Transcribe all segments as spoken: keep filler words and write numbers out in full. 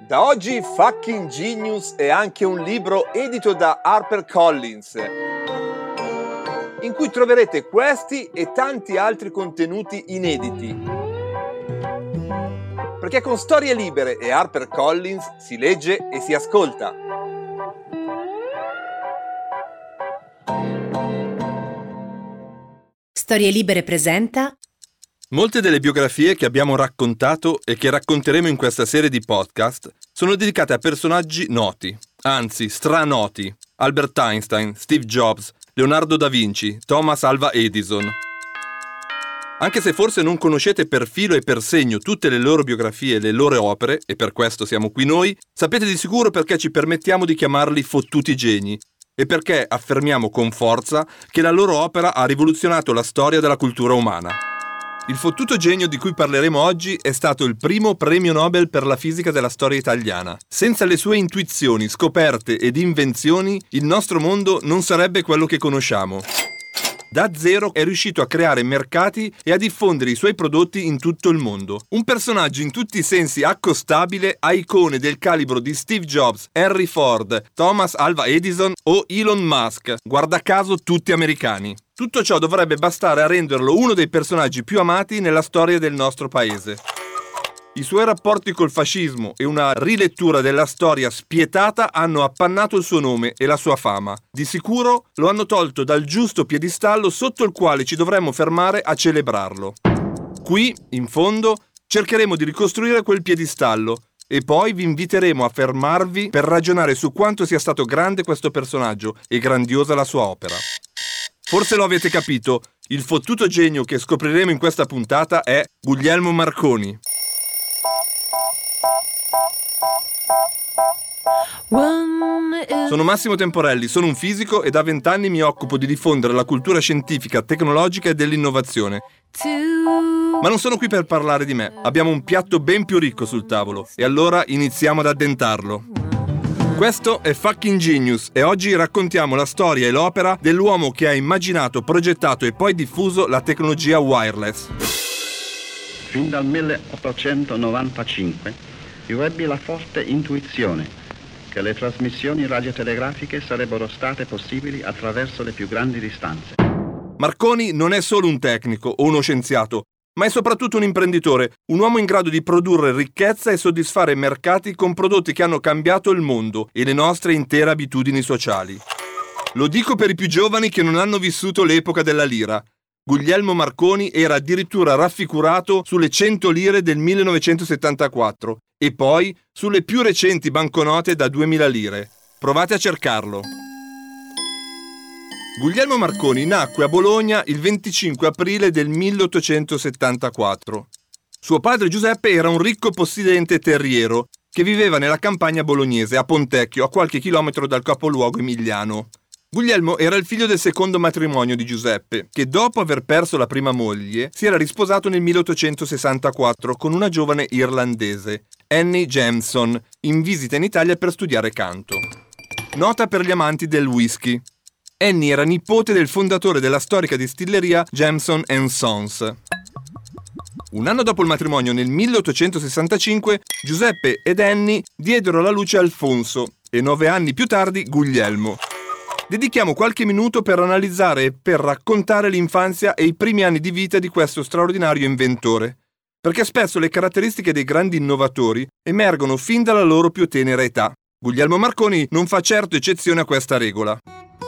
Da oggi Fucking Genius è anche un libro edito da HarperCollins, in cui troverete questi e tanti altri contenuti inediti. Perché con Storie Libere e HarperCollins si legge e si ascolta. Storie Libere presenta. Molte delle biografie che abbiamo raccontato e che racconteremo in questa serie di podcast sono dedicate a personaggi noti, anzi stranoti: Albert Einstein, Steve Jobs, Leonardo da Vinci, Thomas Alva Edison. Anche se forse non conoscete per filo e per segno tutte le loro biografie e le loro opere, e per questo siamo qui noi, sapete di sicuro perché ci permettiamo di chiamarli fottuti geni e perché affermiamo con forza che la loro opera ha rivoluzionato la storia della cultura umana. Il fottuto genio di cui parleremo oggi è stato il primo premio Nobel per la fisica della storia italiana. Senza le sue intuizioni, scoperte ed invenzioni, il nostro mondo non sarebbe quello che conosciamo. Da zero è riuscito a creare mercati e a diffondere i suoi prodotti in tutto il mondo. Un personaggio in tutti i sensi accostabile a icone del calibro di Steve Jobs, Henry Ford, Thomas Alva Edison o Elon Musk, guarda caso tutti americani. Tutto ciò dovrebbe bastare a renderlo uno dei personaggi più amati nella storia del nostro paese. I suoi rapporti col fascismo e una rilettura della storia spietata hanno appannato il suo nome e la sua fama. Di sicuro lo hanno tolto dal giusto piedistallo sotto il quale ci dovremmo fermare a celebrarlo. Qui, in fondo, cercheremo di ricostruire quel piedistallo e poi vi inviteremo a fermarvi per ragionare su quanto sia stato grande questo personaggio e grandiosa la sua opera. Forse lo avete capito, il fottuto genio che scopriremo in questa puntata è Guglielmo Marconi. Sono Massimo Temporelli, sono un fisico e da vent'anni mi occupo di diffondere la cultura scientifica, tecnologica e dell'innovazione. Ma non sono qui per parlare di me, abbiamo un piatto ben più ricco sul tavolo e allora iniziamo ad addentarlo. Questo è Fucking Genius e oggi raccontiamo la storia e l'opera dell'uomo che ha immaginato, progettato e poi diffuso la tecnologia wireless. Fin dal milleottocentonovantacinque io ebbi la forte intuizione che le trasmissioni radiotelegrafiche sarebbero state possibili attraverso le più grandi distanze. Marconi non è solo un tecnico o uno scienziato, ma è soprattutto un imprenditore, un uomo in grado di produrre ricchezza e soddisfare i mercati con prodotti che hanno cambiato il mondo e le nostre intere abitudini sociali. Lo dico per i più giovani che non hanno vissuto l'epoca della lira. Guglielmo Marconi era addirittura raffigurato sulle cento lire del millenovecentosettantaquattro e poi sulle più recenti banconote da duemila lire. Provate a cercarlo. Guglielmo Marconi nacque a Bologna il venticinque aprile del milleottocentosettantaquattro. Suo padre Giuseppe era un ricco possidente terriero che viveva nella campagna bolognese, a Pontecchio, a qualche chilometro dal capoluogo emiliano. Guglielmo era il figlio del secondo matrimonio di Giuseppe, che dopo aver perso la prima moglie si era risposato nel milleottocentosessantaquattro con una giovane irlandese, Annie Jameson, in visita in Italia per studiare canto. Nota per gli amanti del whisky. Annie era nipote del fondatore della storica distilleria Jameson and Sons. Un anno dopo il matrimonio, nel milleottocentosessantacinque, Giuseppe ed Annie diedero alla luce Alfonso e nove anni più tardi Guglielmo. Dedichiamo qualche minuto per analizzare e per raccontare l'infanzia e i primi anni di vita di questo straordinario inventore, perché spesso le caratteristiche dei grandi innovatori emergono fin dalla loro più tenera età. Guglielmo Marconi non fa certo eccezione a questa regola.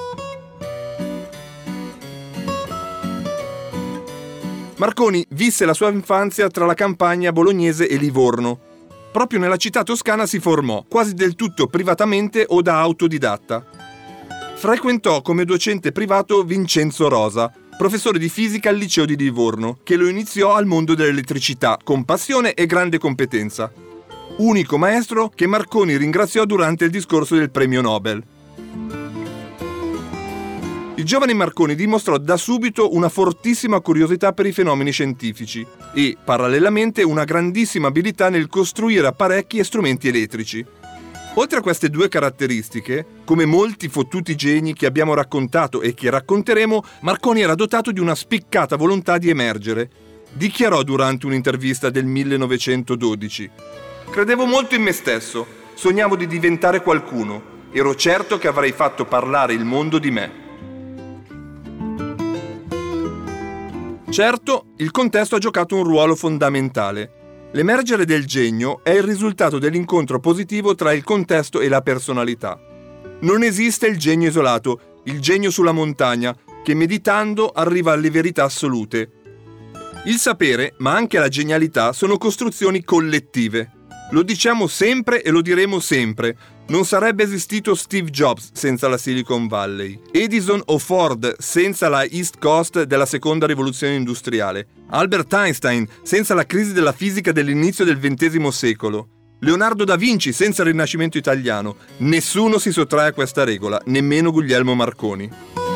Marconi visse la sua infanzia tra la campagna bolognese e Livorno. Proprio nella città toscana si formò, quasi del tutto privatamente o da autodidatta. Frequentò come docente privato Vincenzo Rosa, professore di fisica al liceo di Livorno, che lo iniziò al mondo dell'elettricità con passione e grande competenza. Unico maestro che Marconi ringraziò durante il discorso del premio Nobel. Il giovane Marconi dimostrò da subito una fortissima curiosità per i fenomeni scientifici e, parallelamente, una grandissima abilità nel costruire apparecchi e strumenti elettrici. Oltre a queste due caratteristiche, come molti fottuti geni che abbiamo raccontato e che racconteremo, Marconi era dotato di una spiccata volontà di emergere. Dichiarò durante un'intervista del millenovecentododici: Credevo molto in me stesso, sognavo di diventare qualcuno. Ero certo che avrei fatto parlare il mondo di me. Certo, il contesto ha giocato un ruolo fondamentale. L'emergere del genio è il risultato dell'incontro positivo tra il contesto e la personalità. Non esiste il genio isolato, il genio sulla montagna, che meditando arriva alle verità assolute. Il sapere, ma anche la genialità, sono costruzioni collettive. Lo diciamo sempre e lo diremo sempre. Non sarebbe esistito Steve Jobs senza la Silicon Valley, Edison o Ford senza la East Coast della seconda rivoluzione industriale, Albert Einstein senza la crisi della fisica dell'inizio del ventesimo secolo, Leonardo da Vinci senza il Rinascimento italiano. Nessuno si sottrae a questa regola, nemmeno Guglielmo Marconi.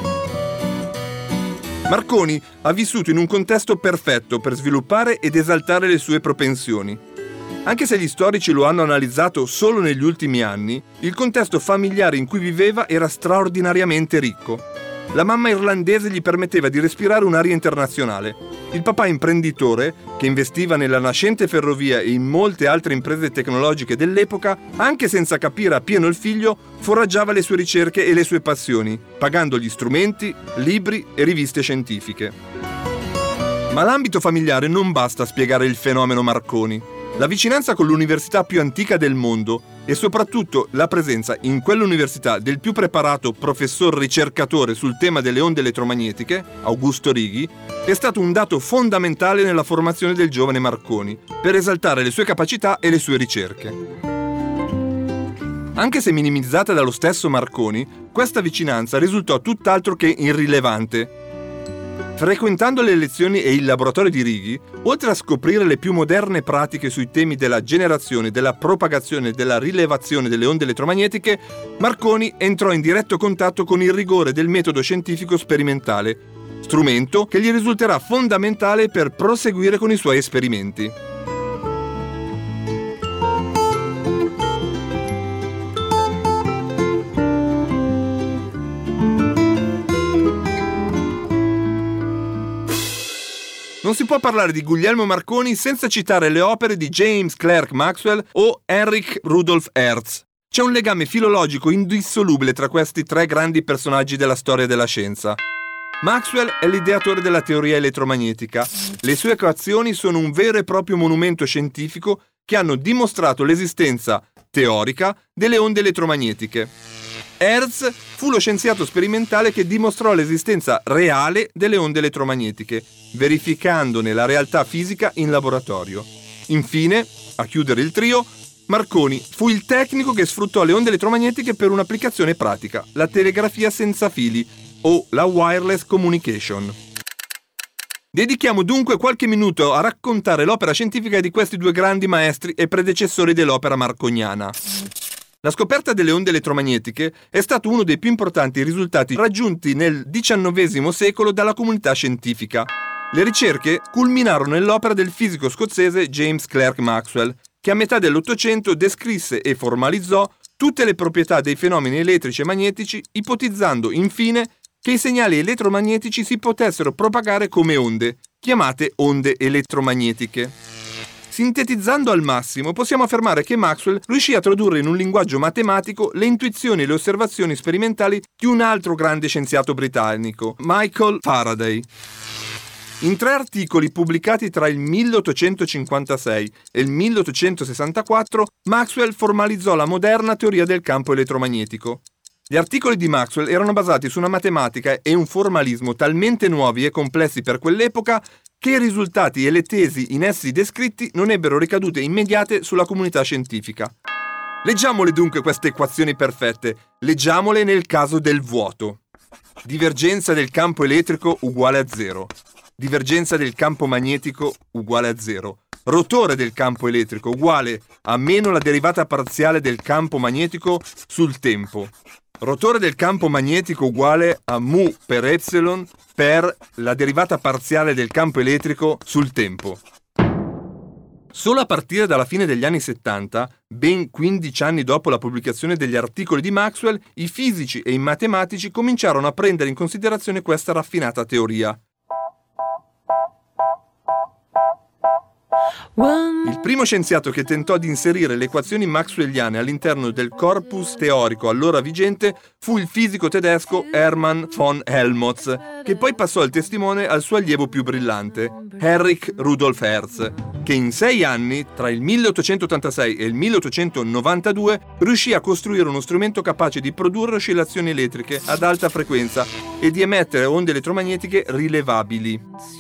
Marconi ha vissuto in un contesto perfetto per sviluppare ed esaltare le sue propensioni. Anche se gli storici lo hanno analizzato solo negli ultimi anni, il contesto familiare in cui viveva era straordinariamente ricco. La mamma irlandese gli permetteva di respirare un'aria internazionale. Il papà imprenditore, che investiva nella nascente ferrovia e in molte altre imprese tecnologiche dell'epoca, anche senza capire appieno il figlio, foraggiava le sue ricerche e le sue passioni, pagando gli strumenti, libri e riviste scientifiche. Ma l'ambito familiare non basta a spiegare il fenomeno Marconi. La vicinanza con l'università più antica del mondo e soprattutto la presenza in quell'università del più preparato professor ricercatore sul tema delle onde elettromagnetiche, Augusto Righi, è stato un dato fondamentale nella formazione del giovane Marconi, per esaltare le sue capacità e le sue ricerche. Anche se minimizzata dallo stesso Marconi, questa vicinanza risultò tutt'altro che irrilevante. Frequentando le lezioni e il laboratorio di Righi, oltre a scoprire le più moderne pratiche sui temi della generazione, della propagazione e della rilevazione delle onde elettromagnetiche, Marconi entrò in diretto contatto con il rigore del metodo scientifico sperimentale, strumento che gli risulterà fondamentale per proseguire con i suoi esperimenti. Non si può parlare di Guglielmo Marconi senza citare le opere di James Clerk Maxwell o Heinrich Rudolf Hertz. C'è un legame filologico indissolubile tra questi tre grandi personaggi della storia della scienza. Maxwell è l'ideatore della teoria elettromagnetica. Le sue equazioni sono un vero e proprio monumento scientifico che hanno dimostrato l'esistenza teorica delle onde elettromagnetiche. Hertz fu lo scienziato sperimentale che dimostrò l'esistenza reale delle onde elettromagnetiche, verificandone la realtà fisica in laboratorio. Infine, a chiudere il trio, Marconi fu il tecnico che sfruttò le onde elettromagnetiche per un'applicazione pratica, la telegrafia senza fili o la wireless communication. Dedichiamo dunque qualche minuto a raccontare l'opera scientifica di questi due grandi maestri e predecessori dell'opera marconiana. La scoperta delle onde elettromagnetiche è stato uno dei più importanti risultati raggiunti nel diciannovesimo secolo dalla comunità scientifica. Le ricerche culminarono nell'opera del fisico scozzese James Clerk Maxwell, che a metà dell'Ottocento descrisse e formalizzò tutte le proprietà dei fenomeni elettrici e magnetici, ipotizzando infine che i segnali elettromagnetici si potessero propagare come onde, chiamate onde elettromagnetiche. Sintetizzando al massimo, possiamo affermare che Maxwell riuscì a tradurre in un linguaggio matematico le intuizioni e le osservazioni sperimentali di un altro grande scienziato britannico, Michael Faraday. In tre articoli pubblicati tra il milleottocentocinquantasei e il milleottocentosessantaquattro, Maxwell formalizzò la moderna teoria del campo elettromagnetico. Gli articoli di Maxwell erano basati su una matematica e un formalismo talmente nuovi e complessi per quell'epoca che i risultati e le tesi in essi descritti non ebbero ricadute immediate sulla comunità scientifica. Leggiamole dunque queste equazioni perfette, leggiamole nel caso del vuoto. Divergenza del campo elettrico uguale a zero. Divergenza del campo magnetico uguale a zero. Rotore del campo elettrico uguale a meno la derivata parziale del campo magnetico sul tempo. Rotore del campo magnetico uguale a mu per epsilon per la derivata parziale del campo elettrico sul tempo. Solo a partire dalla fine degli anni settanta, ben quindici anni dopo la pubblicazione degli articoli di Maxwell, i fisici e i matematici cominciarono a prendere in considerazione questa raffinata teoria. Il primo scienziato che tentò di inserire le equazioni maxwelliane all'interno del corpus teorico allora vigente fu il fisico tedesco Hermann von Helmholtz, che poi passò il testimone al suo allievo più brillante, Heinrich Rudolf Hertz, che in sei anni, tra il milleottocentottantasei e il milleottocentonovantadue, riuscì a costruire uno strumento capace di produrre oscillazioni elettriche ad alta frequenza e di emettere onde elettromagnetiche rilevabili.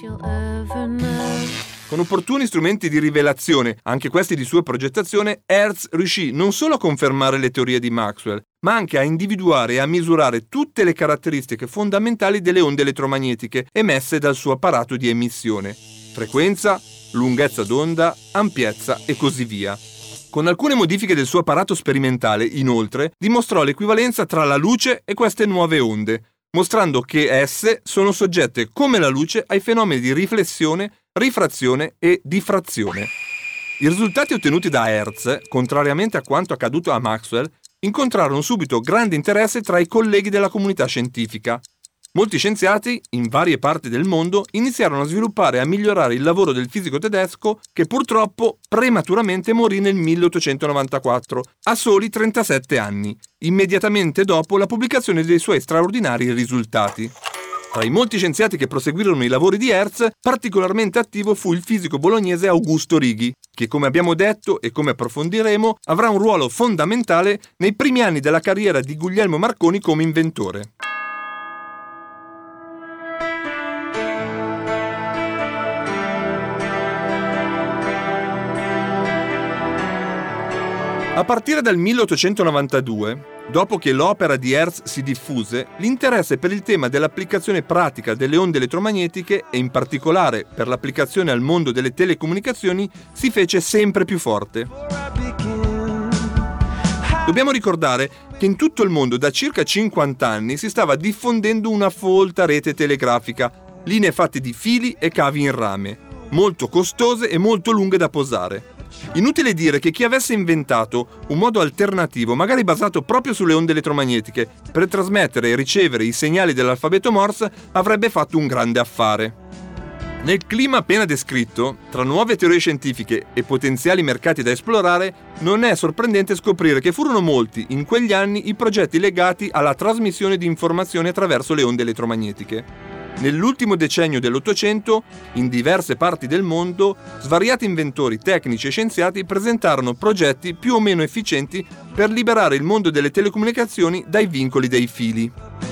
Con opportuni strumenti di rivelazione, anche questi di sua progettazione, Hertz riuscì non solo a confermare le teorie di Maxwell, ma anche a individuare e a misurare tutte le caratteristiche fondamentali delle onde elettromagnetiche emesse dal suo apparato di emissione: frequenza, lunghezza d'onda, ampiezza e così via. Con alcune modifiche del suo apparato sperimentale, inoltre, dimostrò l'equivalenza tra la luce e queste nuove onde, mostrando che esse sono soggette come la luce ai fenomeni di riflessione, rifrazione e diffrazione. I risultati ottenuti da Hertz, contrariamente a quanto accaduto a Maxwell, incontrarono subito grande interesse tra i colleghi della comunità scientifica. Molti scienziati, in varie parti del mondo, iniziarono a sviluppare e a migliorare il lavoro del fisico tedesco che purtroppo prematuramente morì nel milleottocentonovantaquattro, a soli trentasette anni, immediatamente dopo la pubblicazione dei suoi straordinari risultati. Tra i molti scienziati che proseguirono i lavori di Hertz, particolarmente attivo fu il fisico bolognese Augusto Righi, che, come abbiamo detto e come approfondiremo, avrà un ruolo fondamentale nei primi anni della carriera di Guglielmo Marconi come inventore. A partire dal milleottocentonovantadue, dopo che l'opera di Hertz si diffuse, l'interesse per il tema dell'applicazione pratica delle onde elettromagnetiche e in particolare per l'applicazione al mondo delle telecomunicazioni si fece sempre più forte. Dobbiamo ricordare che in tutto il mondo da circa cinquanta anni si stava diffondendo una folta rete telegrafica, linee fatte di fili e cavi in rame, molto costose e molto lunghe da posare. Inutile dire che chi avesse inventato un modo alternativo, magari basato proprio sulle onde elettromagnetiche, per trasmettere e ricevere i segnali dell'alfabeto Morse, avrebbe fatto un grande affare. Nel clima appena descritto, tra nuove teorie scientifiche e potenziali mercati da esplorare, non è sorprendente scoprire che furono molti, in quegli anni, i progetti legati alla trasmissione di informazioni attraverso le onde elettromagnetiche. Nell'ultimo decennio dell'Ottocento, in diverse parti del mondo, svariati inventori, tecnici e scienziati presentarono progetti più o meno efficienti per liberare il mondo delle telecomunicazioni dai vincoli dei fili.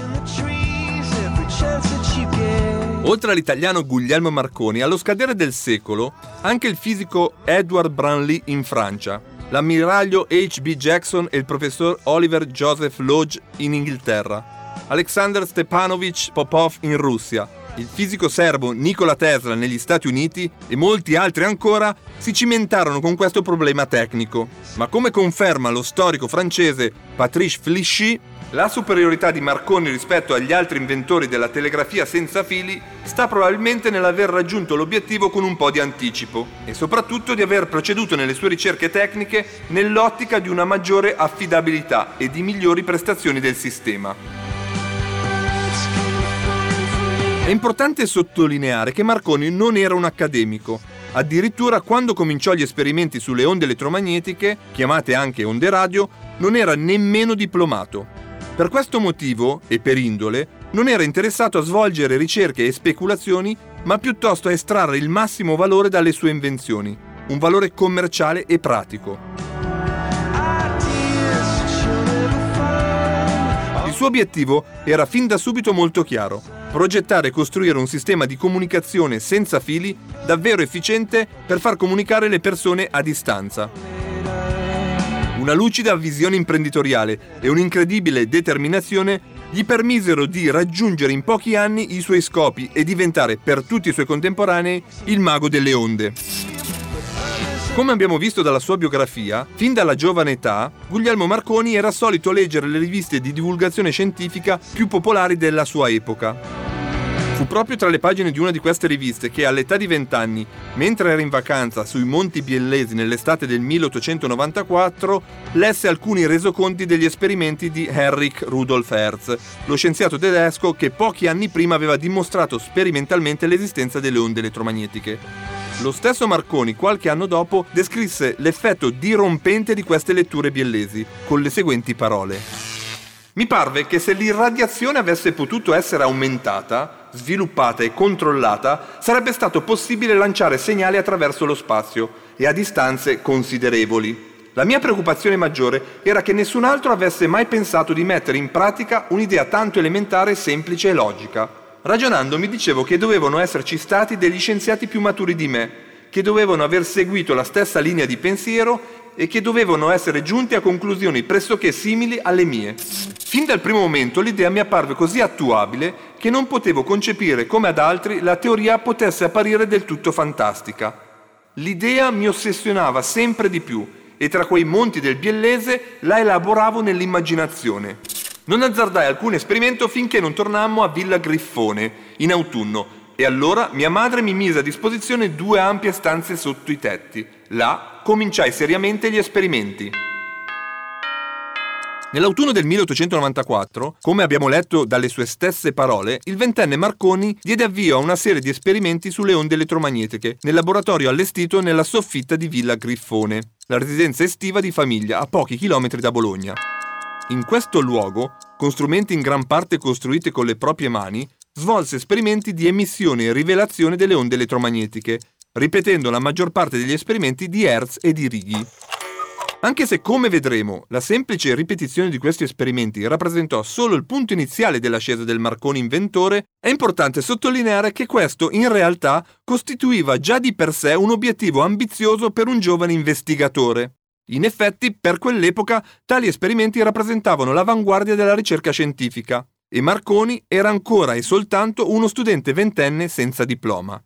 Oltre all'italiano Guglielmo Marconi, allo scadere del secolo, anche il fisico Edward Branly in Francia, l'ammiraglio H B Jackson e il professor Oliver Joseph Lodge in Inghilterra, Alexander Stepanovich Popov in Russia, il fisico serbo Nikola Tesla negli Stati Uniti e molti altri ancora si cimentarono con questo problema tecnico. Ma come conferma lo storico francese Patrice Flichy, la superiorità di Marconi rispetto agli altri inventori della telegrafia senza fili sta probabilmente nell'aver raggiunto l'obiettivo con un po' di anticipo e soprattutto di aver proceduto nelle sue ricerche tecniche nell'ottica di una maggiore affidabilità e di migliori prestazioni del sistema. È importante sottolineare che Marconi non era un accademico. Addirittura quando cominciò gli esperimenti sulle onde elettromagnetiche, chiamate anche onde radio, non era nemmeno diplomato. Per questo motivo, e per indole, non era interessato a svolgere ricerche e speculazioni, ma piuttosto a estrarre il massimo valore dalle sue invenzioni, un valore commerciale e pratico. Il suo obiettivo era fin da subito molto chiaro: progettare e costruire un sistema di comunicazione senza fili davvero efficiente per far comunicare le persone a distanza. Una lucida visione imprenditoriale e un'incredibile determinazione gli permisero di raggiungere in pochi anni i suoi scopi e diventare per tutti i suoi contemporanei il mago delle onde. Come abbiamo visto dalla sua biografia, fin dalla giovane età, Guglielmo Marconi era solito leggere le riviste di divulgazione scientifica più popolari della sua epoca. Fu proprio tra le pagine di una di queste riviste che, all'età di vent'anni, mentre era in vacanza sui Monti Biellesi nell'estate del milleottocentonovantaquattro, lesse alcuni resoconti degli esperimenti di Heinrich Rudolf Hertz, lo scienziato tedesco che pochi anni prima aveva dimostrato sperimentalmente l'esistenza delle onde elettromagnetiche. Lo stesso Marconi, qualche anno dopo, descrisse l'effetto dirompente di queste letture biellesi, con le seguenti parole. Mi parve che se l'irradiazione avesse potuto essere aumentata, sviluppata e controllata, sarebbe stato possibile lanciare segnali attraverso lo spazio e a distanze considerevoli. La mia preoccupazione maggiore era che nessun altro avesse mai pensato di mettere in pratica un'idea tanto elementare, semplice e logica. Ragionando mi dicevo che dovevano esserci stati degli scienziati più maturi di me, che dovevano aver seguito la stessa linea di pensiero e che dovevano essere giunti a conclusioni pressoché simili alle mie. Fin dal primo momento l'idea mi apparve così attuabile che non potevo concepire come ad altri la teoria potesse apparire del tutto fantastica. L'idea mi ossessionava sempre di più e tra quei monti del biellese la elaboravo nell'immaginazione. Non azzardai alcun esperimento finché non tornammo a Villa Griffone, in autunno, e allora mia madre mi mise a disposizione due ampie stanze sotto i tetti. Là cominciai seriamente gli esperimenti. Nell'autunno del milleottocentonovantaquattro, come abbiamo letto dalle sue stesse parole, il ventenne Marconi diede avvio a una serie di esperimenti sulle onde elettromagnetiche nel laboratorio allestito nella soffitta di Villa Griffone, la residenza estiva di famiglia a pochi chilometri da Bologna. In questo luogo, con strumenti in gran parte costruiti con le proprie mani, svolse esperimenti di emissione e rivelazione delle onde elettromagnetiche, ripetendo la maggior parte degli esperimenti di Hertz e di Righi. Anche se, come vedremo, la semplice ripetizione di questi esperimenti rappresentò solo il punto iniziale dell'ascesa del Marconi inventore, è importante sottolineare che questo in realtà costituiva già di per sé un obiettivo ambizioso per un giovane investigatore. In effetti, per quell'epoca, tali esperimenti rappresentavano l'avanguardia della ricerca scientifica, e Marconi era ancora e soltanto uno studente ventenne senza diploma.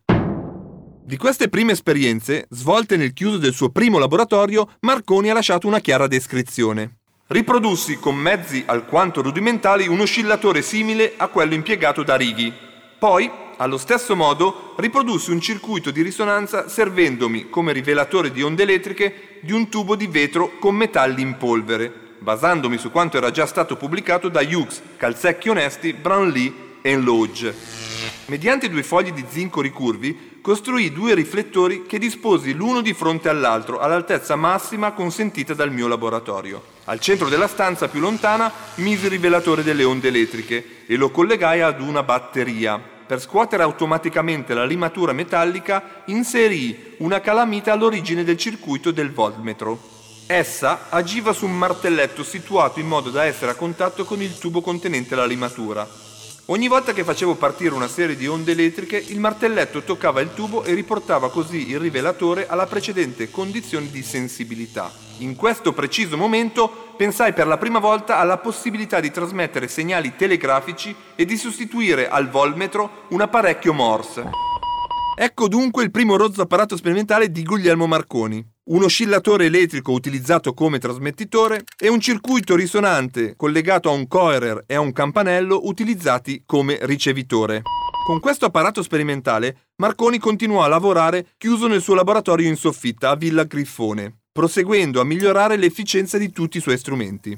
Di queste prime esperienze, svolte nel chiuso del suo primo laboratorio, Marconi ha lasciato una chiara descrizione. Riprodussi con mezzi alquanto rudimentali un oscillatore simile a quello impiegato da Righi. Poi, allo stesso modo, riprodussi un circuito di risonanza servendomi come rivelatore di onde elettriche di un tubo di vetro con metalli in polvere, basandomi su quanto era già stato pubblicato da Hughes, Calzecchi Onesti, Brownlee e Lodge. Mediante due fogli di zinco ricurvi, costruì due riflettori che disposi l'uno di fronte all'altro all'altezza massima consentita dal mio laboratorio. Al centro della stanza più lontana misi il rivelatore delle onde elettriche e lo collegai ad una batteria. Per scuotere automaticamente la limatura metallica, inserii una calamita all'origine del circuito del voltmetro. Essa agiva su un martelletto situato in modo da essere a contatto con il tubo contenente la limatura. Ogni volta che facevo partire una serie di onde elettriche, il martelletto toccava il tubo e riportava così il rivelatore alla precedente condizione di sensibilità. In questo preciso momento pensai per la prima volta alla possibilità di trasmettere segnali telegrafici e di sostituire al voltmetro un apparecchio Morse. Ecco dunque il primo rozzo apparato sperimentale di Guglielmo Marconi. Un oscillatore elettrico utilizzato come trasmettitore e un circuito risonante collegato a un coherer e a un campanello utilizzati come ricevitore. Con questo apparato sperimentale, Marconi continuò a lavorare chiuso nel suo laboratorio in soffitta a Villa Griffone, proseguendo a migliorare l'efficienza di tutti i suoi strumenti.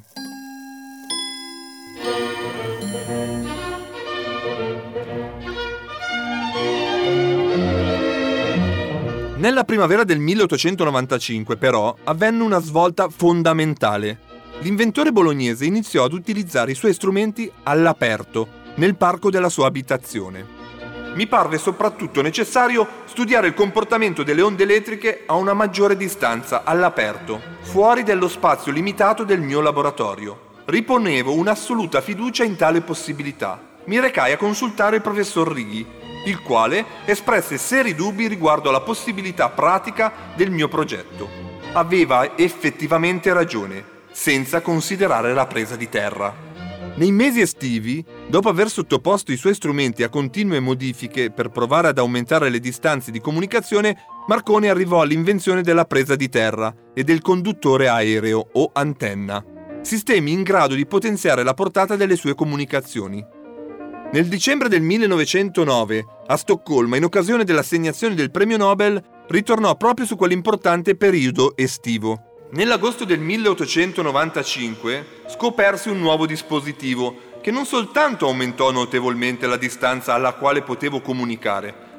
Nella primavera del milleottocentonovantacinque, però, avvenne una svolta fondamentale. L'inventore bolognese iniziò ad utilizzare i suoi strumenti all'aperto, nel parco della sua abitazione. Mi parve soprattutto necessario studiare il comportamento delle onde elettriche a una maggiore distanza, all'aperto, fuori dello spazio limitato del mio laboratorio. Riponevo un'assoluta fiducia in tale possibilità. Mi recai a consultare il professor Righi, il quale espresse seri dubbi riguardo alla possibilità pratica del mio progetto. Aveva effettivamente ragione, senza considerare la presa di terra. Nei mesi estivi, dopo aver sottoposto i suoi strumenti a continue modifiche per provare ad aumentare le distanze di comunicazione, Marconi arrivò all'invenzione della presa di terra e del conduttore aereo o antenna, sistemi in grado di potenziare la portata delle sue comunicazioni. Nel dicembre del millenovecentonove, a Stoccolma, in occasione dell'assegnazione del premio Nobel, ritornò proprio su quell'importante periodo estivo. Nell'agosto del milleottocentonovantacinque scopersi un nuovo dispositivo che non soltanto aumentò notevolmente la distanza alla quale potevo comunicare,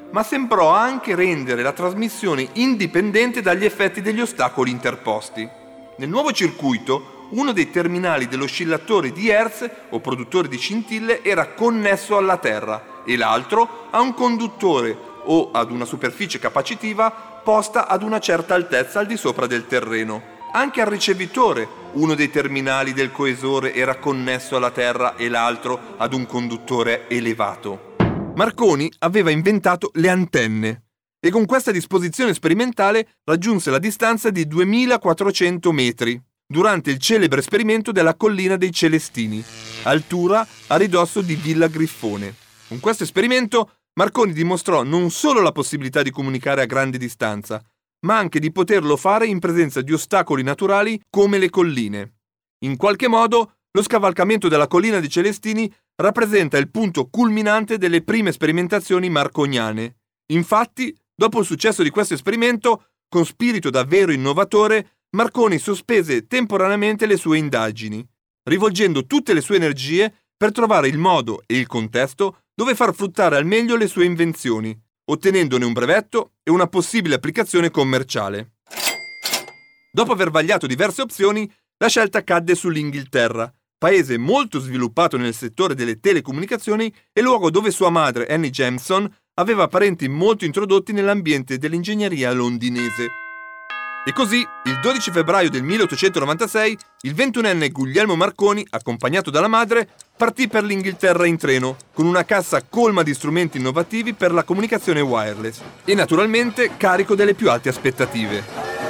ma sembrò anche rendere la trasmissione indipendente dagli effetti degli ostacoli interposti. Nel nuovo circuito, uno dei terminali dell'oscillatore di Hertz, o produttore di scintille, era connesso alla Terra e l'altro a un conduttore o ad una superficie capacitiva posta ad una certa altezza al di sopra del terreno. Anche al ricevitore, uno dei terminali del coesore era connesso alla Terra e l'altro ad un conduttore elevato. Marconi aveva inventato le antenne e con questa disposizione sperimentale raggiunse la distanza di duemilaquattrocento metri durante il celebre esperimento della collina dei Celestini, altura a ridosso di Villa Griffone. Con questo esperimento Marconi dimostrò non solo la possibilità di comunicare a grande distanza, ma anche di poterlo fare in presenza di ostacoli naturali come le colline. In qualche modo, lo scavalcamento della collina dei Celestini rappresenta il punto culminante delle prime sperimentazioni marconiane. Infatti, dopo il successo di questo esperimento, con spirito davvero innovatore, Marconi sospese temporaneamente le sue indagini, rivolgendo tutte le sue energie per trovare il modo e il contesto dove far fruttare al meglio le sue invenzioni, ottenendone un brevetto e una possibile applicazione commerciale. Dopo aver vagliato diverse opzioni, la scelta cadde sull'Inghilterra, paese molto sviluppato nel settore delle telecomunicazioni e luogo dove sua madre, Annie Jameson, aveva parenti molto introdotti nell'ambiente dell'ingegneria londinese. E così, il dodici febbraio del milleottocentonovantasei, il ventunenne Guglielmo Marconi, accompagnato dalla madre, partì per l'Inghilterra in treno, con una cassa colma di strumenti innovativi per la comunicazione wireless e naturalmente carico delle più alte aspettative.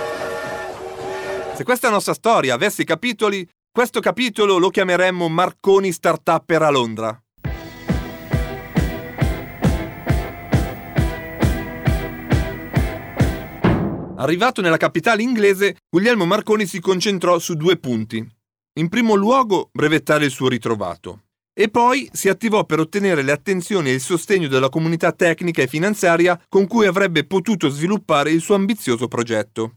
Se questa nostra storia avesse capitoli, questo capitolo lo chiameremmo Marconi Startupper a Londra. Arrivato nella capitale inglese, Guglielmo Marconi si concentrò su due punti. In primo luogo, brevettare il suo ritrovato. E poi si attivò per ottenere le attenzioni e il sostegno della comunità tecnica e finanziaria con cui avrebbe potuto sviluppare il suo ambizioso progetto.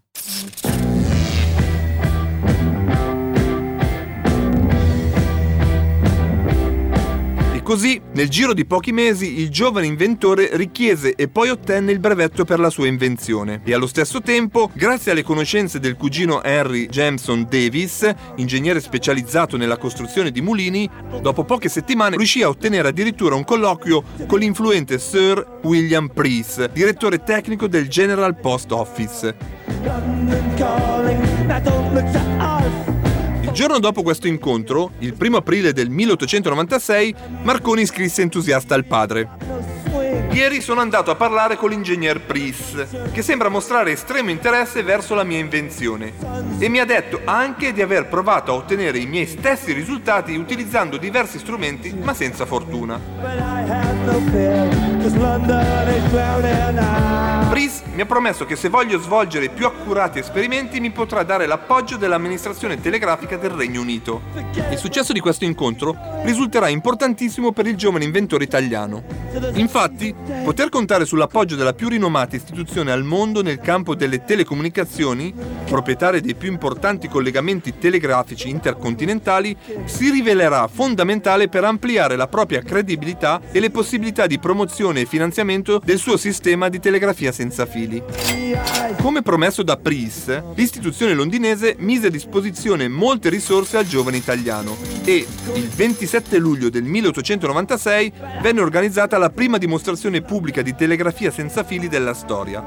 Così, nel giro di pochi mesi, il giovane inventore richiese e poi ottenne il brevetto per la sua invenzione. E allo stesso tempo, grazie alle conoscenze del cugino Henry Jameson Davis, ingegnere specializzato nella costruzione di mulini, dopo poche settimane riuscì a ottenere addirittura un colloquio con l'influente Sir William Preece, direttore tecnico del General Post Office. Il giorno dopo questo incontro, il primo aprile del milleottocentonovantasei, Marconi scrisse entusiasta al padre: «Ieri sono andato a parlare con l'ingegner Preece, che sembra mostrare estremo interesse verso la mia invenzione, e mi ha detto anche di aver provato a ottenere i miei stessi risultati utilizzando diversi strumenti, ma senza fortuna. Preece mi ha promesso che se voglio svolgere più accurati esperimenti mi potrà dare l'appoggio dell'amministrazione telegrafica del Regno Unito». Il successo di questo incontro risulterà importantissimo per il giovane inventore italiano. Infatti, poter contare sull'appoggio della più rinomata istituzione al mondo nel campo delle telecomunicazioni, proprietaria dei più importanti collegamenti telegrafici intercontinentali, si rivelerà fondamentale per ampliare la propria credibilità e le possibilità di promozione e finanziamento del suo sistema di telegrafia senza fili. Come promesso da Preece, l'istituzione londinese mise a disposizione molte risorse al giovane italiano e, il ventisette luglio del milleottocentonovantasei, venne organizzata la prima dimostrazione pubblica di telegrafia senza fili della storia.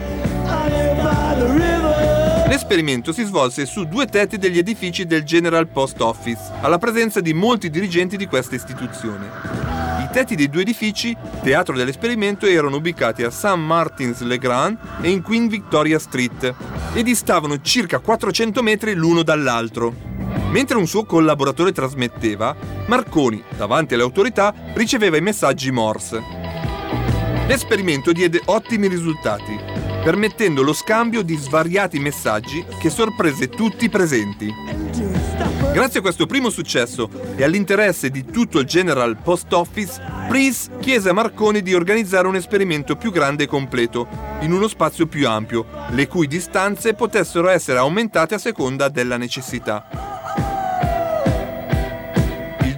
L'esperimento si svolse su due tetti degli edifici del General Post Office, alla presenza di molti dirigenti di questa istituzione. I tetti dei due edifici, teatro dell'esperimento, erano ubicati a Saint Martin's le Grand e in Queen Victoria Street e distavano circa quattrocento metri l'uno dall'altro. Mentre un suo collaboratore trasmetteva, Marconi, davanti alle autorità, riceveva i messaggi Morse. L'esperimento diede ottimi risultati, permettendo lo scambio di svariati messaggi che sorprese tutti i presenti. Grazie a questo primo successo e all'interesse di tutto il General Post Office, Preece chiese a Marconi di organizzare un esperimento più grande e completo, in uno spazio più ampio, le cui distanze potessero essere aumentate a seconda della necessità. Il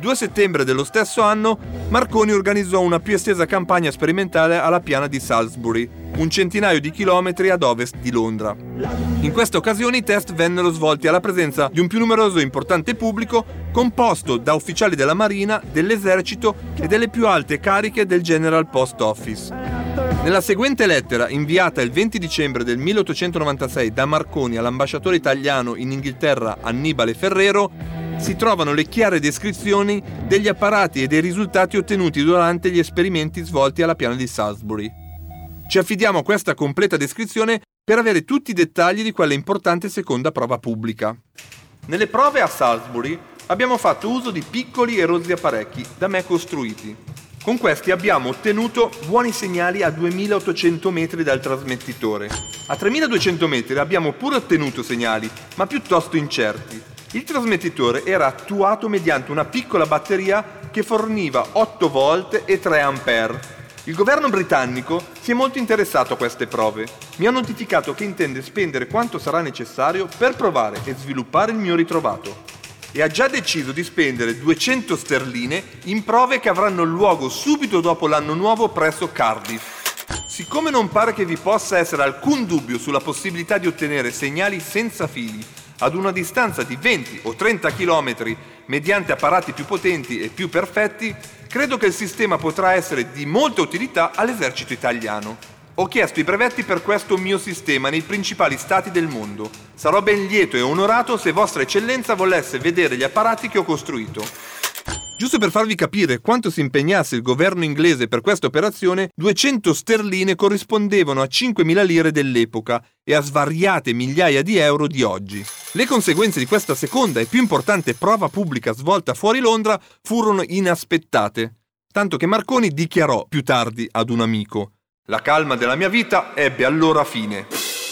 due settembre dello stesso anno, Marconi organizzò una più estesa campagna sperimentale alla piana di Salisbury, un centinaio di chilometri ad ovest di Londra. In questa occasione i test vennero svolti alla presenza di un più numeroso e importante pubblico composto da ufficiali della Marina, dell'Esercito e delle più alte cariche del General Post Office. Nella seguente lettera, inviata il venti dicembre del milleottocentonovantasei da Marconi all'ambasciatore italiano in Inghilterra Annibale Ferrero, si trovano le chiare descrizioni degli apparati e dei risultati ottenuti durante gli esperimenti svolti alla piana di Salisbury. Ci affidiamo a questa completa descrizione per avere tutti i dettagli di quella importante seconda prova pubblica. Nelle prove a Salisbury abbiamo fatto uso di piccoli e rozzi apparecchi da me costruiti. Con questi abbiamo ottenuto buoni segnali a duemilaottocento metri dal trasmettitore. A tremiladuecento metri abbiamo pure ottenuto segnali, ma piuttosto incerti. Il trasmettitore era attuato mediante una piccola batteria che forniva otto volt e tre ampere. Il governo britannico si è molto interessato a queste prove. Mi ha notificato che intende spendere quanto sarà necessario per provare e sviluppare il mio ritrovato. E ha già deciso di spendere duecento sterline in prove che avranno luogo subito dopo l'anno nuovo presso Cardiff. Siccome non pare che vi possa essere alcun dubbio sulla possibilità di ottenere segnali senza fili ad una distanza di venti o trenta chilometri mediante apparati più potenti e più perfetti, credo che il sistema potrà essere di molta utilità all'esercito italiano. Ho chiesto i brevetti per questo mio sistema nei principali stati del mondo. Sarò ben lieto e onorato se Vostra Eccellenza volesse vedere gli apparati che ho costruito. Giusto per farvi capire quanto si impegnasse il governo inglese per questa operazione, duecento sterline corrispondevano a cinquemila lire dell'epoca e a svariate migliaia di euro di oggi. Le conseguenze di questa seconda e più importante prova pubblica svolta fuori Londra furono inaspettate, tanto che Marconi dichiarò più tardi ad un amico: «La calma della mia vita ebbe allora fine».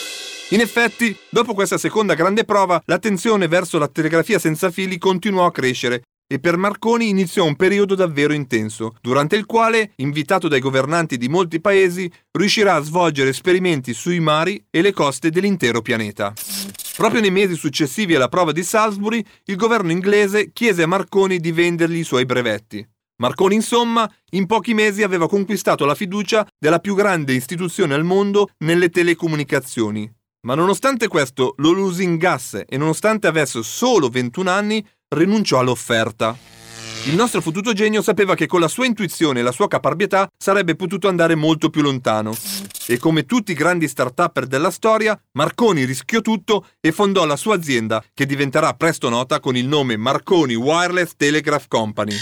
In effetti, dopo questa seconda grande prova, l'attenzione verso la telegrafia senza fili continuò a crescere e per Marconi iniziò un periodo davvero intenso, durante il quale, invitato dai governanti di molti paesi, riuscirà a svolgere esperimenti sui mari e le coste dell'intero pianeta. Proprio nei mesi successivi alla prova di Salisbury, il governo inglese chiese a Marconi di vendergli i suoi brevetti. Marconi, insomma, in pochi mesi aveva conquistato la fiducia della più grande istituzione al mondo nelle telecomunicazioni. Ma nonostante questo lo lusingasse e nonostante avesse solo ventuno anni, rinunciò all'offerta. Il nostro fottuto genio sapeva che con la sua intuizione e la sua caparbietà sarebbe potuto andare molto più lontano. E come tutti i grandi start-upper della storia, Marconi rischiò tutto e fondò la sua azienda, che diventerà presto nota con il nome Marconi Wireless Telegraph Company.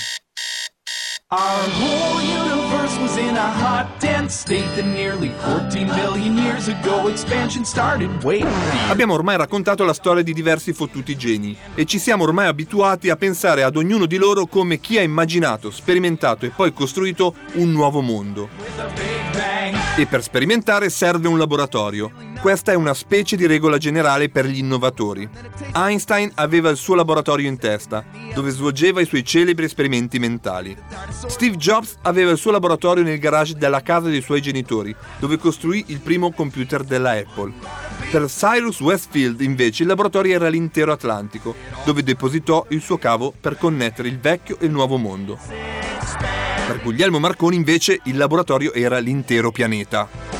Our whole universe was in a hot, dense state that nearly fourteen billion years ago expansion started. Wait. Abbiamo ormai raccontato la storia di diversi fottuti geni e ci siamo ormai abituati a pensare ad ognuno di loro come chi ha immaginato, sperimentato e poi costruito un nuovo mondo. E per sperimentare serve un laboratorio. Questa è una specie di regola generale per gli innovatori. Einstein aveva il suo laboratorio in testa, dove svolgeva i suoi celebri esperimenti mentali. Steve Jobs aveva il suo laboratorio nel garage della casa dei suoi genitori, dove costruì il primo computer della Apple. Per Cyrus Westfield, invece, il laboratorio era l'intero Atlantico, dove depositò il suo cavo per connettere il vecchio e il nuovo mondo. Per Guglielmo Marconi, invece, il laboratorio era l'intero pianeta.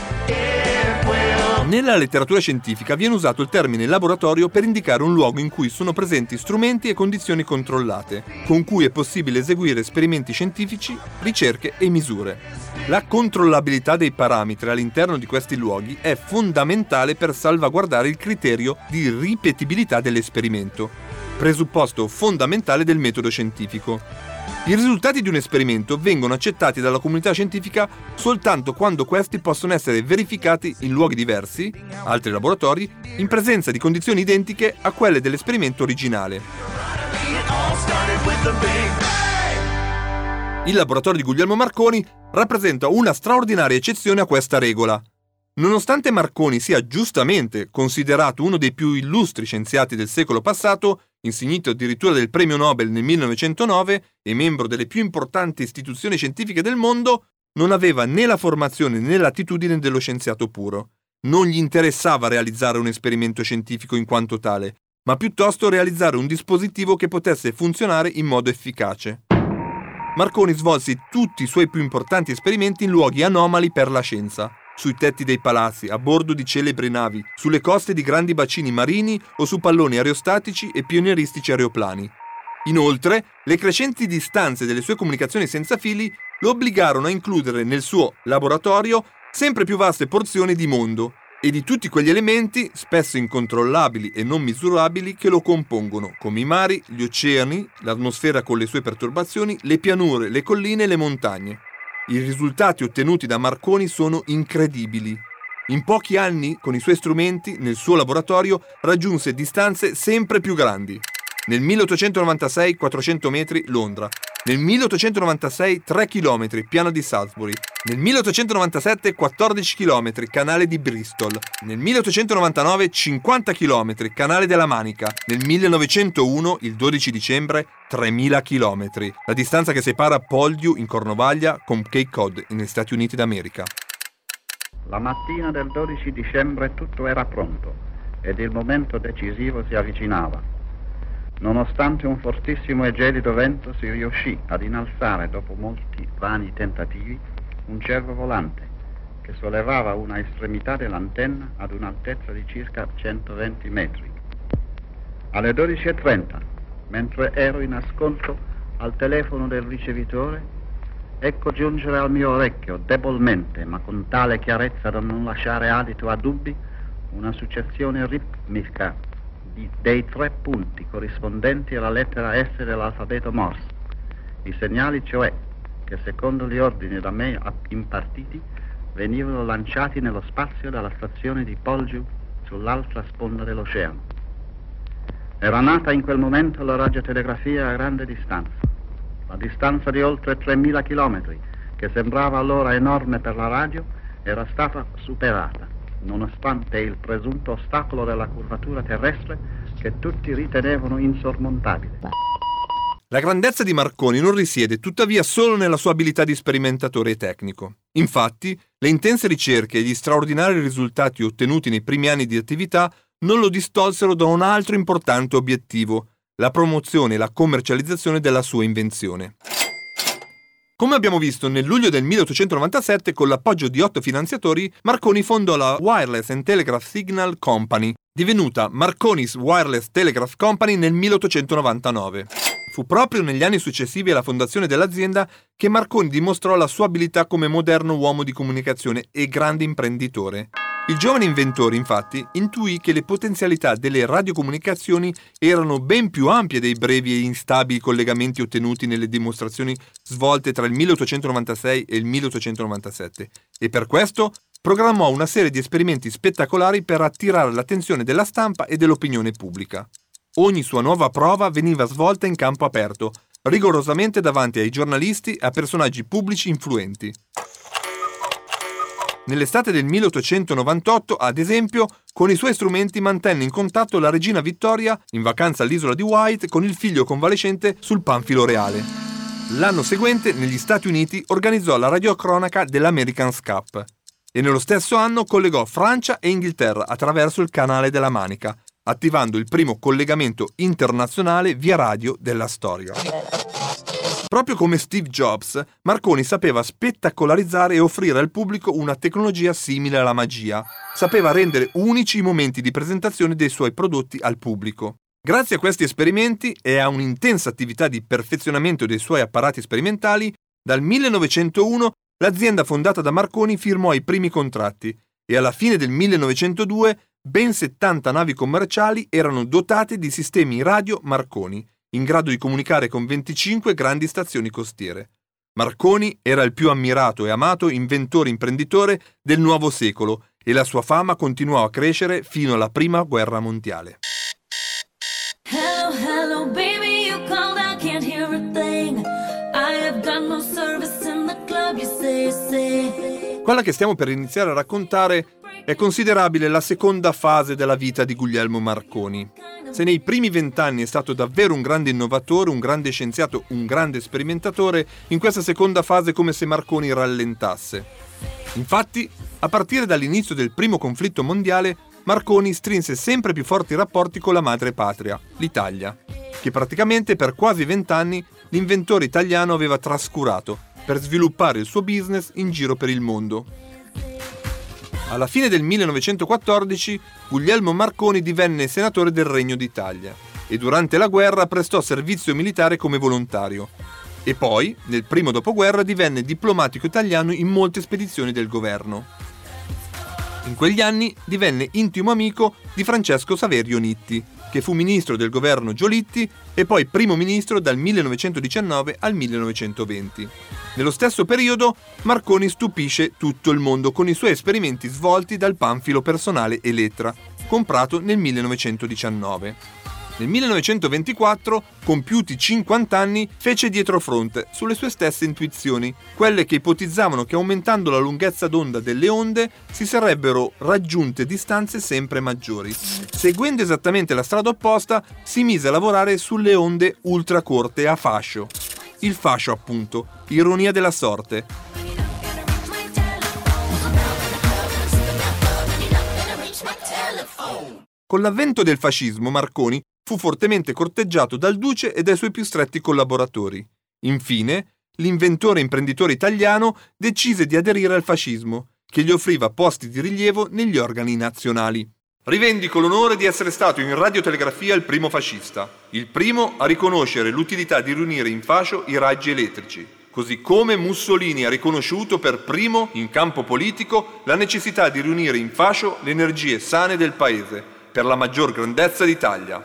Nella letteratura scientifica viene usato il termine laboratorio per indicare un luogo in cui sono presenti strumenti e condizioni controllate, con cui è possibile eseguire esperimenti scientifici, ricerche e misure. La controllabilità dei parametri all'interno di questi luoghi è fondamentale per salvaguardare il criterio di ripetibilità dell'esperimento, presupposto fondamentale del metodo scientifico. I risultati di un esperimento vengono accettati dalla comunità scientifica soltanto quando questi possono essere verificati in luoghi diversi, altri laboratori, in presenza di condizioni identiche a quelle dell'esperimento originale. Il laboratorio di Guglielmo Marconi rappresenta una straordinaria eccezione a questa regola. Nonostante Marconi sia giustamente considerato uno dei più illustri scienziati del secolo passato, insignito addirittura del premio Nobel nel millenovecentonove e membro delle più importanti istituzioni scientifiche del mondo, non aveva né la formazione né l'attitudine dello scienziato puro. Non gli interessava realizzare un esperimento scientifico in quanto tale, ma piuttosto realizzare un dispositivo che potesse funzionare in modo efficace. Marconi svolse tutti i suoi più importanti esperimenti in luoghi anomali per la scienza, sui tetti dei palazzi, a bordo di celebri navi, sulle coste di grandi bacini marini o su palloni aerostatici e pionieristici aeroplani. Inoltre, le crescenti distanze delle sue comunicazioni senza fili lo obbligarono a includere nel suo laboratorio sempre più vaste porzioni di mondo e di tutti quegli elementi, spesso incontrollabili e non misurabili, che lo compongono, come i mari, gli oceani, l'atmosfera con le sue perturbazioni, le pianure, le colline e le montagne. I risultati ottenuti da Marconi sono incredibili. In pochi anni, con i suoi strumenti, nel suo laboratorio, raggiunse distanze sempre più grandi. Nel milleottocentonovantasei quattrocento metri Londra, nel milleottocentonovantasei tre chilometri Piano di Salisbury, nel milleottocentonovantasette quattordici chilometri Canale di Bristol, nel milleottocentonovantanove cinquanta chilometri Canale della Manica, nel millenovecentouno, il dodici dicembre, tremila chilometri, la distanza che separa Poldhu in Cornovaglia con Cape Cod negli Stati Uniti d'America. La mattina del dodici dicembre tutto era pronto ed il momento decisivo si avvicinava. Nonostante un fortissimo e gelido vento, si riuscì ad innalzare, dopo molti vani tentativi, un cervo volante che sollevava una estremità dell'antenna ad un'altezza di circa centoventi metri. Alle dodici e trenta, mentre ero in ascolto al telefono del ricevitore, ecco giungere al mio orecchio, debolmente ma con tale chiarezza da non lasciare adito a dubbi, una successione ritmica dei tre punti corrispondenti alla lettera S dell'alfabeto Morse, i segnali cioè che secondo gli ordini da me impartiti venivano lanciati nello spazio dalla stazione di Poldhu sull'altra sponda dell'oceano. Era nata in quel momento la radiotelegrafia a grande distanza, la distanza di oltre tremila chilometri, che sembrava allora enorme per la radio, era stata superata, nonostante il presunto ostacolo della curvatura terrestre che tutti ritenevano insormontabile. La grandezza di Marconi non risiede tuttavia solo nella sua abilità di sperimentatore e tecnico. Infatti, le intense ricerche e gli straordinari risultati ottenuti nei primi anni di attività non lo distolsero da un altro importante obiettivo, la promozione e la commercializzazione della sua invenzione. Come abbiamo visto, nel luglio del milleottocentonovantasette, con l'appoggio di otto finanziatori, Marconi fondò la Wireless and Telegraph Signal Company, divenuta Marconi's Wireless Telegraph Company nel milleottocentonovantanove. Fu proprio negli anni successivi alla fondazione dell'azienda che Marconi dimostrò la sua abilità come moderno uomo di comunicazione e grande imprenditore. Il giovane inventore, infatti, intuì che le potenzialità delle radiocomunicazioni erano ben più ampie dei brevi e instabili collegamenti ottenuti nelle dimostrazioni svolte tra il milleottocentonovantasei e il milleottocentonovantasette e per questo programmò una serie di esperimenti spettacolari per attirare l'attenzione della stampa e dell'opinione pubblica. Ogni sua nuova prova veniva svolta in campo aperto, rigorosamente davanti ai giornalisti e a personaggi pubblici influenti. Nell'estate del milleottocentonovantotto, ad esempio, con i suoi strumenti mantenne in contatto la regina Vittoria, in vacanza all'isola di Wight, con il figlio convalescente sul Panfilo Reale. L'anno seguente, negli Stati Uniti, organizzò la radiocronaca dell'American's Cup e nello stesso anno collegò Francia e Inghilterra attraverso il Canale della Manica, attivando il primo collegamento internazionale via radio della storia. Proprio come Steve Jobs, Marconi sapeva spettacolarizzare e offrire al pubblico una tecnologia simile alla magia. Sapeva rendere unici i momenti di presentazione dei suoi prodotti al pubblico. Grazie a questi esperimenti e a un'intensa attività di perfezionamento dei suoi apparati sperimentali, dal millenovecentouno l'azienda fondata da Marconi firmò i primi contratti e alla fine del millenovecentodue ben settanta navi commerciali erano dotate di sistemi radio Marconi, in grado di comunicare con venticinque grandi stazioni costiere. Marconi era il più ammirato e amato inventore imprenditore del nuovo secolo e la sua fama continuò a crescere fino alla Prima Guerra Mondiale. Hello, hello, baby, you called, I can't hear a thing. I have got no service in the club, you say, say. Quella che stiamo per iniziare a raccontare è considerabile la seconda fase della vita di Guglielmo Marconi. Se nei primi vent'anni è stato davvero un grande innovatore, un grande scienziato, un grande sperimentatore, in questa seconda fase è come se Marconi rallentasse. Infatti, a partire dall'inizio del primo conflitto mondiale, Marconi strinse sempre più forti rapporti con la madre patria, l'Italia, che praticamente per quasi vent'anni l'inventore italiano aveva trascurato per sviluppare il suo business in giro per il mondo. Alla fine del millenovecentoquattordici, Guglielmo Marconi divenne senatore del Regno d'Italia e durante la guerra prestò servizio militare come volontario. E poi, nel primo dopoguerra, divenne diplomatico italiano in molte spedizioni del governo. In quegli anni divenne intimo amico di Francesco Saverio Nitti, che fu ministro del governo Giolitti e poi primo ministro dal millenovecentodiciannove al millenovecentoventi. Nello stesso periodo, Marconi stupisce tutto il mondo con i suoi esperimenti svolti dal panfilo personale Elettra, comprato nel millenovecentodiciannove. Nel millenovecentoventiquattro, compiuti cinquanta anni, fece dietrofront sulle sue stesse intuizioni, quelle che ipotizzavano che aumentando la lunghezza d'onda delle onde si sarebbero raggiunte distanze sempre maggiori. Seguendo esattamente la strada opposta, si mise a lavorare sulle onde ultracorte a fascio. Il fascio, appunto, ironia della sorte. Con l'avvento del fascismo, Marconi fu fortemente corteggiato dal duce e dai suoi più stretti collaboratori. Infine, l'inventore e imprenditore italiano decise di aderire al fascismo, che gli offriva posti di rilievo negli organi nazionali. Rivendico l'onore di essere stato in radiotelegrafia il primo fascista, il primo a riconoscere l'utilità di riunire in fascio i raggi elettrici, così come Mussolini ha riconosciuto per primo, in campo politico, la necessità di riunire in fascio le energie sane del paese, per la maggior grandezza d'Italia.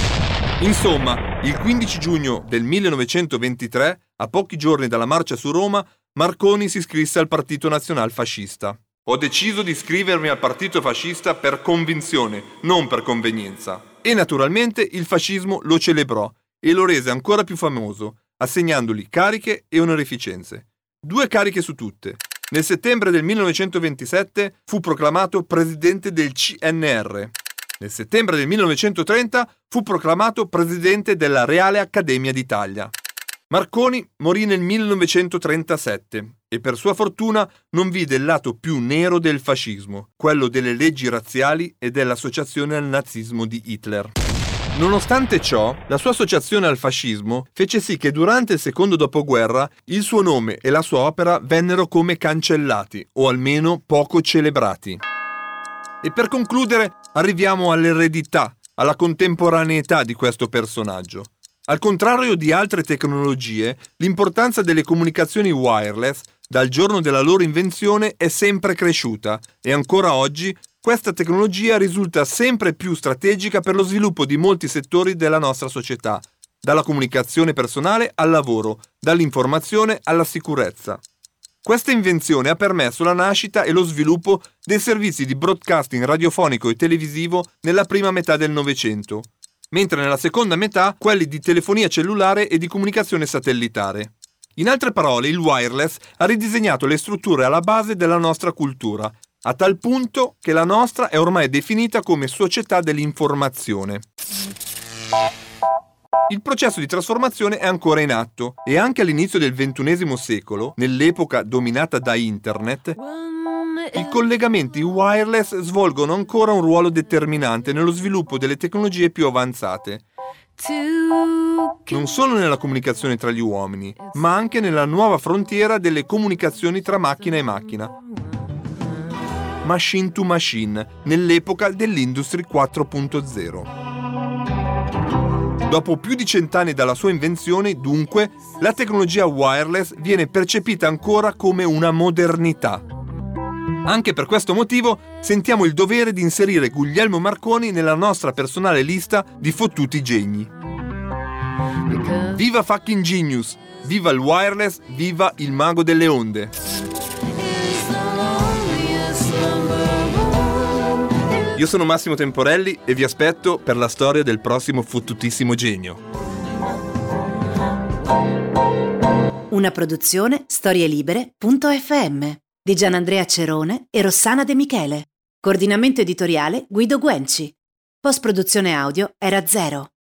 Insomma, il quindici giugno del millenovecentoventitré, a pochi giorni dalla marcia su Roma, Marconi si iscrisse al Partito Nazionalfascista. Ho deciso di iscrivermi al Partito Fascista per convinzione, non per convenienza. E naturalmente il fascismo lo celebrò e lo rese ancora più famoso, assegnandogli cariche e onorificenze. Due cariche su tutte. Nel settembre del millenovecentoventisette fu proclamato presidente del C N R. Nel settembre del millenovecentotrenta fu proclamato presidente della Reale Accademia d'Italia. Marconi morì nel millenovecentotrentasette e per sua fortuna non vide il lato più nero del fascismo, quello delle leggi razziali e dell'associazione al nazismo di Hitler. Nonostante ciò, la sua associazione al fascismo fece sì che durante il secondo dopoguerra il suo nome e la sua opera vennero come cancellati, o almeno poco celebrati. E per concludere arriviamo all'eredità, alla contemporaneità di questo personaggio. Al contrario di altre tecnologie, l'importanza delle comunicazioni wireless dal giorno della loro invenzione è sempre cresciuta e ancora oggi questa tecnologia risulta sempre più strategica per lo sviluppo di molti settori della nostra società, dalla comunicazione personale al lavoro, dall'informazione alla sicurezza. Questa invenzione ha permesso la nascita e lo sviluppo dei servizi di broadcasting radiofonico e televisivo nella prima metà del Novecento, mentre nella seconda metà quelli di telefonia cellulare e di comunicazione satellitare. In altre parole, il wireless ha ridisegnato le strutture alla base della nostra cultura, a tal punto che la nostra è ormai definita come società dell'informazione. Il processo di trasformazione è ancora in atto e anche all'inizio del ventunesimo secolo, nell'epoca dominata da Internet, i collegamenti wireless svolgono ancora un ruolo determinante nello sviluppo delle tecnologie più avanzate. Non solo nella comunicazione tra gli uomini, ma anche nella nuova frontiera delle comunicazioni tra macchina e macchina. Machine to machine, nell'epoca dell'Industry quattro punto zero. Dopo più di cent'anni dalla sua invenzione, dunque, la tecnologia wireless viene percepita ancora come una modernità. Anche per questo motivo sentiamo il dovere di inserire Guglielmo Marconi nella nostra personale lista di fottuti geni. Viva fucking genius! Viva il wireless! Viva il mago delle onde! Io sono Massimo Temporelli e vi aspetto per la storia del prossimo fottutissimo genio. Una produzione storielibere punto effe emme di Gianandrea Cerone e Rossana De Michele. Coordinamento editoriale Guido Guenci. Post-produzione audio Era Zero.